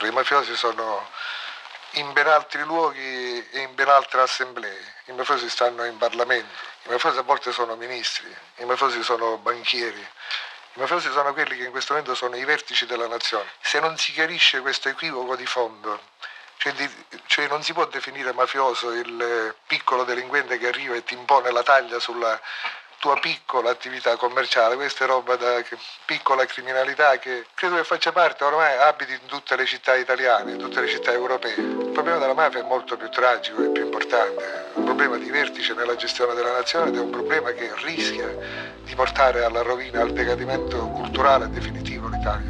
i mafiosi sono in ben altri luoghi e in ben altre assemblee. I mafiosi stanno in Parlamento, i mafiosi a volte sono ministri, i mafiosi sono banchieri, i mafiosi sono quelli che in questo momento sono i vertici della nazione. Se non si chiarisce questo equivoco di fondo, cioè non si può definire mafioso il piccolo delinquente che arriva e ti impone la taglia sulla tua piccola attività commerciale. Questa è roba da piccola criminalità che credo che faccia parte, ormai abiti in tutte le città italiane, in tutte le città europee. Il problema della mafia è molto più tragico e più importante, è un problema di vertice nella gestione della nazione ed è un problema che rischia di portare alla rovina, al decadimento culturale definitivo l'Italia.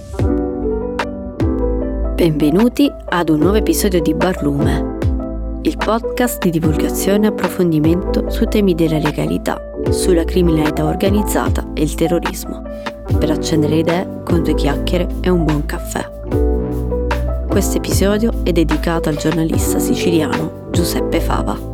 Benvenuti ad un nuovo episodio di Barlume, il podcast di divulgazione e approfondimento su temi della legalità, sulla criminalità organizzata e il terrorismo, per accendere idee con due chiacchiere e un buon caffè. Questo episodio è dedicato al giornalista siciliano Giuseppe Fava.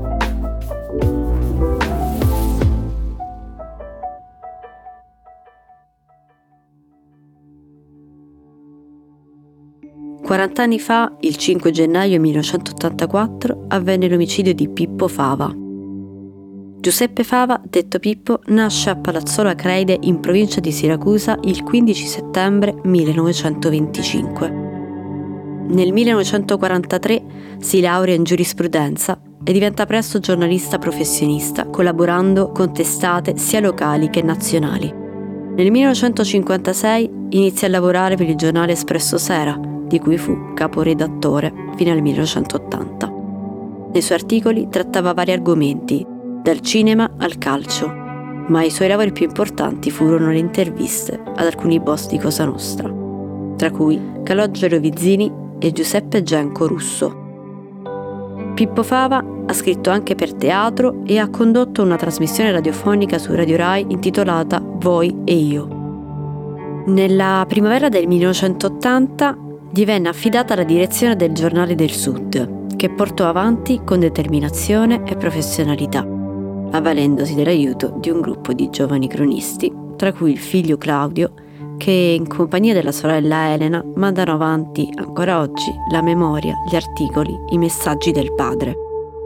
40 anni fa, il 5 gennaio 1984, avvenne l'omicidio di Pippo Fava. Giuseppe Fava, detto Pippo, nasce a Palazzolo Acreide in provincia di Siracusa il 15 settembre 1925. Nel 1943 si laurea in giurisprudenza e diventa presto giornalista professionista, collaborando con testate sia locali che nazionali. Nel 1956 inizia a lavorare per il giornale Espresso Sera, di cui fu caporedattore fino al 1980. Nei suoi articoli trattava vari argomenti, dal cinema al calcio, ma i suoi lavori più importanti furono le interviste ad alcuni boss di Cosa Nostra, tra cui Calogero Vizzini e Giuseppe Genco Russo. Pippo Fava ha scritto anche per teatro e ha condotto una trasmissione radiofonica su Radio Rai intitolata Voi e Io. Nella primavera del 1980 gli venne affidata la direzione del Giornale del Sud, che portò avanti con determinazione e professionalità, avvalendosi dell'aiuto di un gruppo di giovani cronisti, tra cui il figlio Claudio, che in compagnia della sorella Elena mandano avanti ancora oggi la memoria, gli articoli, i messaggi del padre.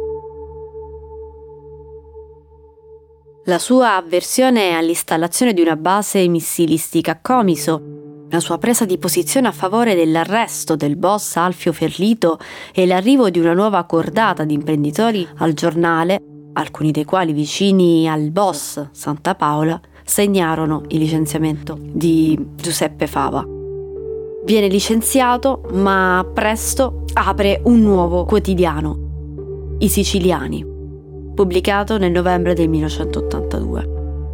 La sua avversione all'installazione di una base missilistica a Comiso, la sua presa di posizione a favore dell'arresto del boss Alfio Ferlito e l'arrivo di una nuova cordata di imprenditori al giornale, alcuni dei quali vicini al boss Santa Paola, segnarono il licenziamento di Giuseppe Fava. Viene licenziato, ma presto apre un nuovo quotidiano, I Siciliani, pubblicato nel novembre del 1982.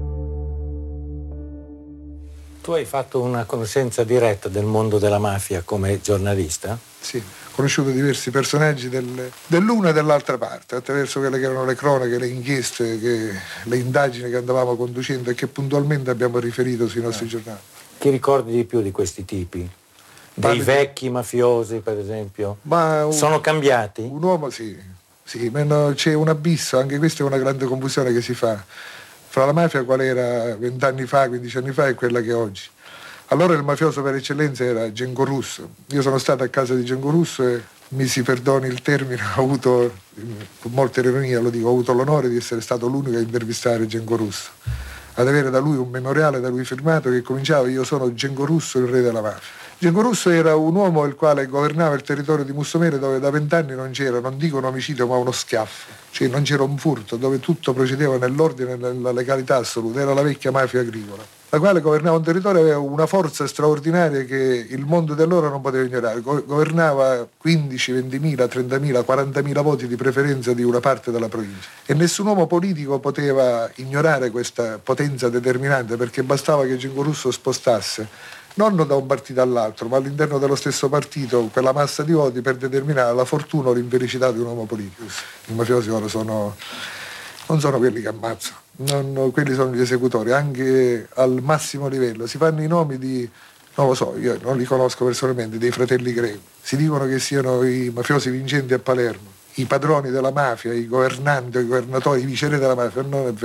Tu hai fatto una conoscenza diretta del mondo della mafia come giornalista? Sì, ho conosciuto diversi personaggi dell'una e dell'altra parte, attraverso quelle che erano le cronache, le inchieste, le indagini che andavamo conducendo e che puntualmente abbiamo riferito sui nostri giornali. Chi ricordi di più di questi tipi? Dei vecchi mafiosi, per esempio? Sono cambiati? Un uomo sì, ma c'è un abisso, anche questa è una grande confusione che si fa fra la mafia qual era 20 anni fa, 15 anni fa e quella che è oggi. Allora il mafioso per eccellenza era Genco Russo. Io sono stato a casa di Genco Russo e mi si perdoni il termine, ho avuto, con molta ironia lo dico, ho avuto l'onore di essere stato l'unico a intervistare Genco Russo, ad avere da lui un memoriale da lui firmato che cominciava: io sono Genco Russo, il re della mafia. Genco Russo era un uomo il quale governava il territorio di Mussomere, dove da 20 anni non c'era, non dico un omicidio, ma uno schiaffo. Cioè non c'era un furto, dove tutto procedeva nell'ordine e nella legalità assoluta. Era la vecchia mafia agricola, la quale governava un territorio e aveva una forza straordinaria che il mondo dell'ora non poteva ignorare. Governava 15, 20.000, 30.000, 40.000 voti di preferenza di una parte della provincia. E nessun uomo politico poteva ignorare questa potenza determinante, perché bastava che Genco Russo spostasse non da un partito all'altro, ma all'interno dello stesso partito, quella massa di voti per determinare la fortuna o l'infelicità di un uomo politico. I mafiosi ora non sono quelli che ammazzano, quelli sono gli esecutori, anche al massimo livello. Si fanno i nomi di, non lo so, io non li conosco personalmente, dei fratelli Greco. Si dicono che siano i mafiosi vincenti a Palermo, i padroni della mafia, i governanti, i governatori, i viceré della mafia. Non è vero.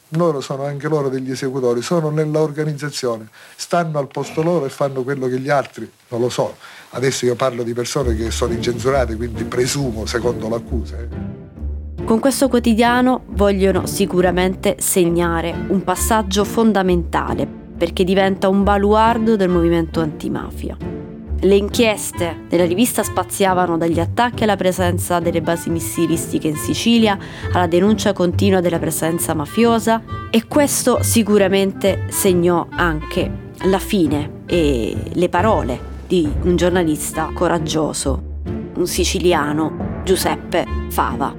loro sono anche loro degli esecutori, sono nell'organizzazione, stanno al posto loro e fanno quello che gli altri non lo so. Adesso io parlo di persone che sono incensurate, quindi presumo secondo l'accusa. Con questo quotidiano vogliono sicuramente segnare un passaggio fondamentale, perché diventa un baluardo del movimento antimafia. Le inchieste della rivista spaziavano dagli attacchi alla presenza delle basi missilistiche in Sicilia alla denuncia continua della presenza mafiosa, e questo sicuramente segnò anche la fine e le parole di un giornalista coraggioso, un siciliano, Giuseppe Fava.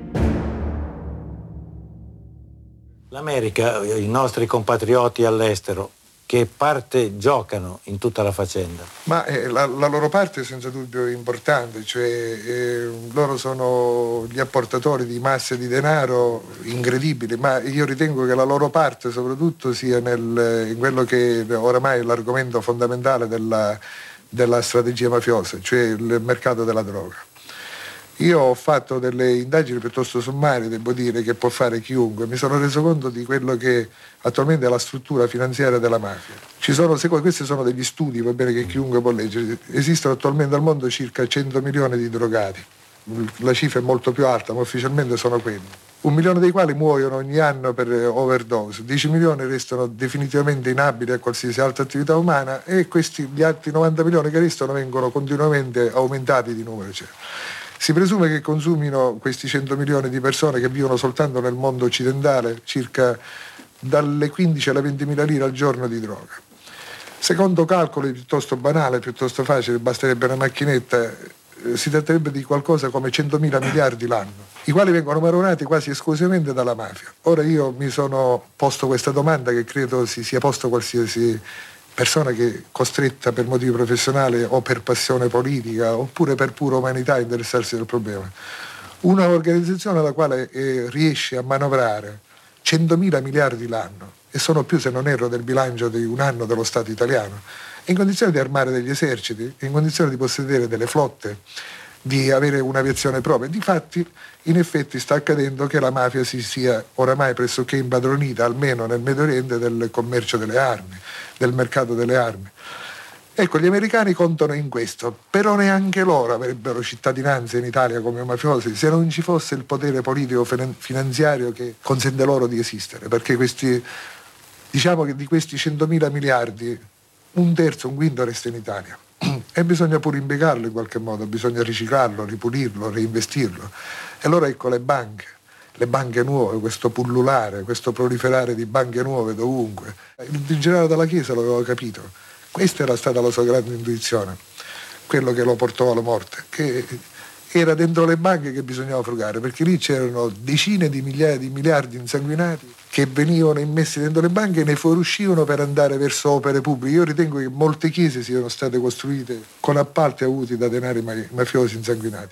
L'America, i nostri compatrioti all'estero, che parte giocano in tutta la faccenda? Ma la loro parte è senza dubbio importante, cioè loro sono gli apportatori di masse di denaro incredibili, ma io ritengo che la loro parte soprattutto sia in quello che oramai è l'argomento fondamentale della strategia mafiosa, cioè il mercato della droga. Io ho fatto delle indagini piuttosto sommarie, devo dire, che può fare chiunque. Mi sono reso conto di quello che attualmente è la struttura finanziaria della mafia. Questi sono degli studi, va bene, che chiunque può leggere. Esistono attualmente al mondo circa 100 milioni di drogati. La cifra è molto più alta, ma ufficialmente sono quelli. 1 milione dei quali muoiono ogni anno per overdose. 10 milioni restano definitivamente inabili a qualsiasi altra attività umana, e gli altri 90 milioni che restano vengono continuamente aumentati di numero. Si presume che consumino questi 100 milioni di persone che vivono soltanto nel mondo occidentale circa dalle 15 alle 20 mila lire al giorno di droga. Secondo calcoli piuttosto banali, piuttosto facili, basterebbe una macchinetta, si tratterebbe di qualcosa come 100.000 miliardi l'anno, i quali vengono maronati quasi esclusivamente dalla mafia. Ora io mi sono posto questa domanda che credo si sia posto qualsiasi persona che è costretta per motivi professionali o per passione politica oppure per pura umanità a interessarsi del problema. Una organizzazione la quale riesce a manovrare 100.000 miliardi l'anno, e sono più, se non erro, del bilancio di un anno dello Stato italiano, è in condizione di armare degli eserciti, è in condizione di possedere delle flotte, di avere un'aviazione propria. Difatti, in effetti sta accadendo che la mafia si sia oramai pressoché impadronita, almeno nel Medio Oriente, del commercio delle armi, del mercato delle armi. Ecco, gli americani contano in questo, però neanche loro avrebbero cittadinanza in Italia come mafiosi se non ci fosse il potere politico finanziario che consente loro di esistere, perché diciamo che di questi 100.000 miliardi, un terzo, un quinto resta in Italia. E bisogna pure impiegarlo in qualche modo, bisogna riciclarlo, ripulirlo, reinvestirlo. E allora ecco le banche nuove, questo pullulare, questo proliferare di banche nuove dovunque. Il generale Dalla Chiesa l'aveva capito, questa era stata la sua grande intuizione, quello che lo portò alla morte, che era dentro le banche che bisognava frugare, perché lì c'erano decine di migliaia di miliardi insanguinati che venivano immessi dentro le banche e ne fuoriuscivano per andare verso opere pubbliche. Io ritengo che molte chiese siano state costruite con appalti avuti da denari mafiosi insanguinati.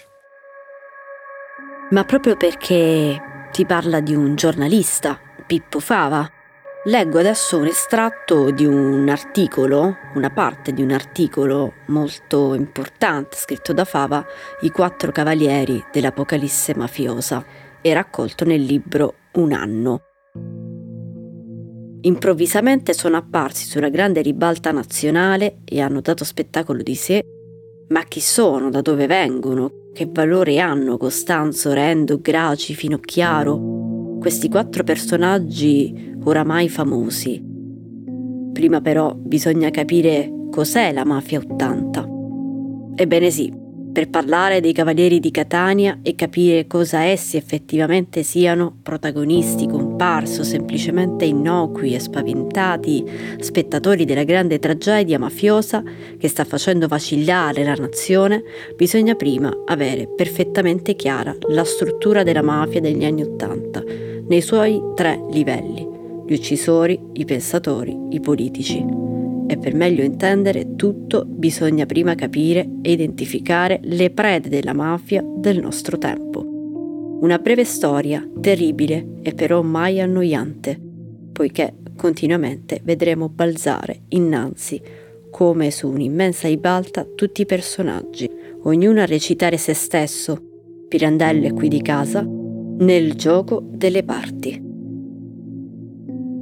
Ma proprio perché si parla di un giornalista, Pippo Fava, leggo adesso un estratto di un articolo, una parte di un articolo molto importante scritto da Fava, I 4 cavalieri dell'Apocalisse mafiosa, e raccolto nel libro Un anno. Improvvisamente sono apparsi su una grande ribalta nazionale e hanno dato spettacolo di sé. Ma chi sono? Da dove vengono? Che valore hanno Costanzo, Rendo, Graci, Finocchiaro? Questi 4 personaggi oramai famosi. Prima però bisogna capire cos'è la Mafia 80. Ebbene sì, per parlare dei Cavalieri di Catania e capire cosa essi effettivamente siano, protagonisti, comparsi o semplicemente innocui e spaventati spettatori della grande tragedia mafiosa che sta facendo vacillare la nazione, bisogna prima avere perfettamente chiara la struttura della mafia degli anni '80, nei suoi 3 livelli: gli uccisori, i pensatori, i politici. E per meglio intendere tutto bisogna prima capire e identificare le prede della mafia del nostro tempo. Una breve storia, terribile e però mai annoiante, poiché continuamente vedremo balzare innanzi, come su un'immensa ribalta, tutti i personaggi, ognuno a recitare se stesso, Pirandello è qui di casa, nel gioco delle parti.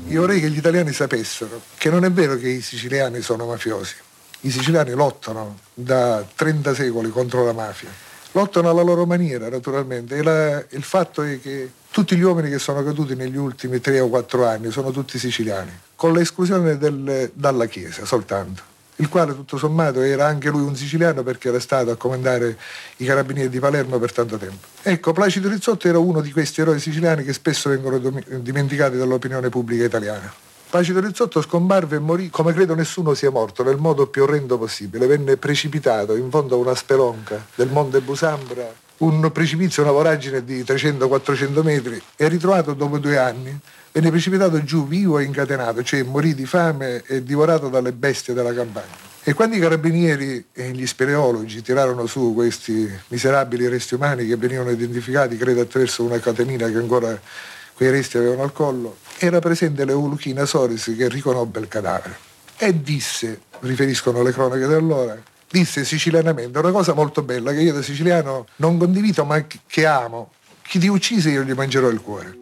Io vorrei che gli italiani sapessero che non è vero che i siciliani sono mafiosi. I siciliani lottano da 30 secoli contro la mafia. Lottano alla loro maniera, naturalmente. Il fatto è che tutti gli uomini che sono caduti negli ultimi 3 o 4 anni sono tutti siciliani, con l'esclusione Dalla Chiesa soltanto, il quale tutto sommato era anche lui un siciliano perché era stato a comandare i carabinieri di Palermo per tanto tempo. Ecco, Placido Rizzotto era uno di questi eroi siciliani che spesso vengono dimenticati dall'opinione pubblica italiana. Placido Rizzotto scomparve e morì come credo nessuno sia morto, nel modo più orrendo possibile. Venne precipitato in fondo a una spelonca del Monte Busambra, un precipizio, una voragine di 300-400 metri, e ritrovato dopo 2 anni. Venne precipitato giù vivo e incatenato, cioè morì di fame e divorato dalle bestie della campagna. E quando i carabinieri e gli speleologi tirarono su questi miserabili resti umani che venivano identificati, credo attraverso una catenina che ancora quei resti avevano al collo, era presente l'Euluchina Soris che riconobbe il cadavere. E disse, riferiscono le cronache di allora, disse sicilianamente una cosa molto bella che io da siciliano non condivido ma che amo: chi ti uccise io gli mangerò il cuore.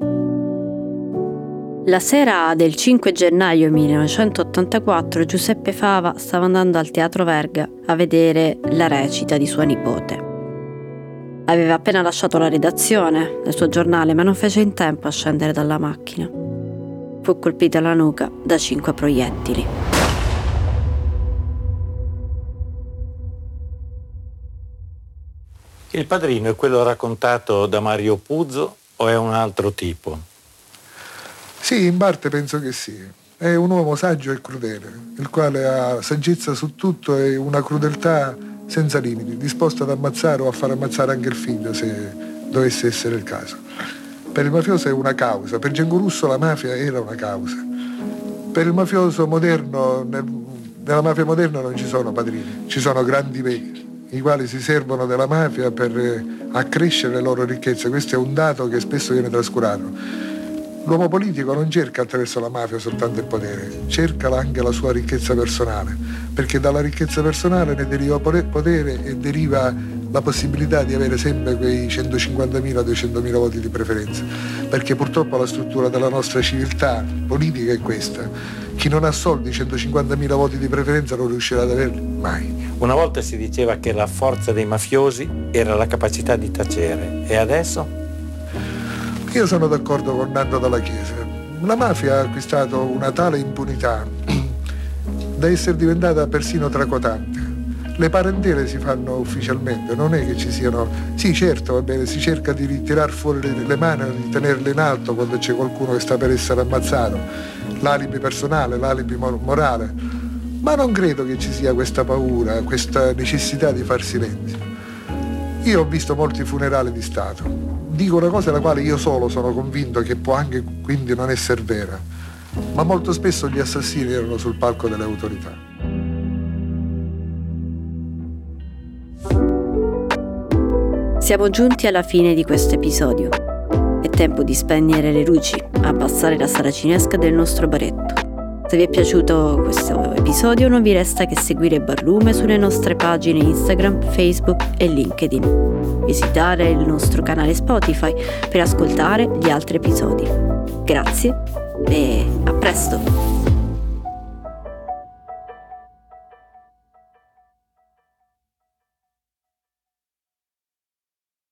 La sera del 5 gennaio 1984 Giuseppe Fava stava andando al Teatro Verga a vedere la recita di sua nipote. Aveva appena lasciato la redazione del suo giornale, ma non fece in tempo a scendere dalla macchina. Fu colpito alla nuca da 5 proiettili. Il Padrino è quello raccontato da Mario Puzo o è un altro tipo? Sì, in parte penso che sì. È un uomo saggio e crudele, il quale ha saggezza su tutto e una crudeltà senza limiti, disposto ad ammazzare o a far ammazzare anche il figlio se dovesse essere il caso. Per il mafioso è una causa, per Django Russo la mafia era una causa. Per il mafioso moderno, nella mafia moderna non ci sono padrini, ci sono grandi veri, i quali si servono della mafia per accrescere le loro ricchezze. Questo è un dato che spesso viene trascurato. L'uomo politico non cerca attraverso la mafia soltanto il potere, cerca anche la sua ricchezza personale, perché dalla ricchezza personale ne deriva potere e deriva la possibilità di avere sempre quei 150.000-200.000 voti di preferenza, perché purtroppo la struttura della nostra civiltà politica è questa: chi non ha soldi, 150.000 voti di preferenza non riuscirà ad averli mai. Una volta si diceva che la forza dei mafiosi era la capacità di tacere, e adesso? Io sono d'accordo con Nando Dalla Chiesa. La mafia ha acquistato una tale impunità da essere diventata persino tracotante. Le parentele si fanno ufficialmente, non è che ci siano... Sì, certo, va bene, si cerca di tirar fuori le mani, di tenerle in alto quando c'è qualcuno che sta per essere ammazzato. L'alibi personale, l'alibi morale. Ma non credo che ci sia questa paura, questa necessità di far silenzio. Io ho visto molti funerali di Stato. Dico una cosa della quale io solo sono convinto che può anche quindi non essere vera, ma molto spesso gli assassini erano sul palco delle autorità. Siamo giunti alla fine di questo episodio. È tempo di spegnere le luci, abbassare la saracinesca del nostro baretto. Se vi è piaciuto questo episodio non vi resta che seguire Barlume sulle nostre pagine Instagram, Facebook e LinkedIn. Visitare il nostro canale Spotify per ascoltare gli altri episodi. Grazie e a presto!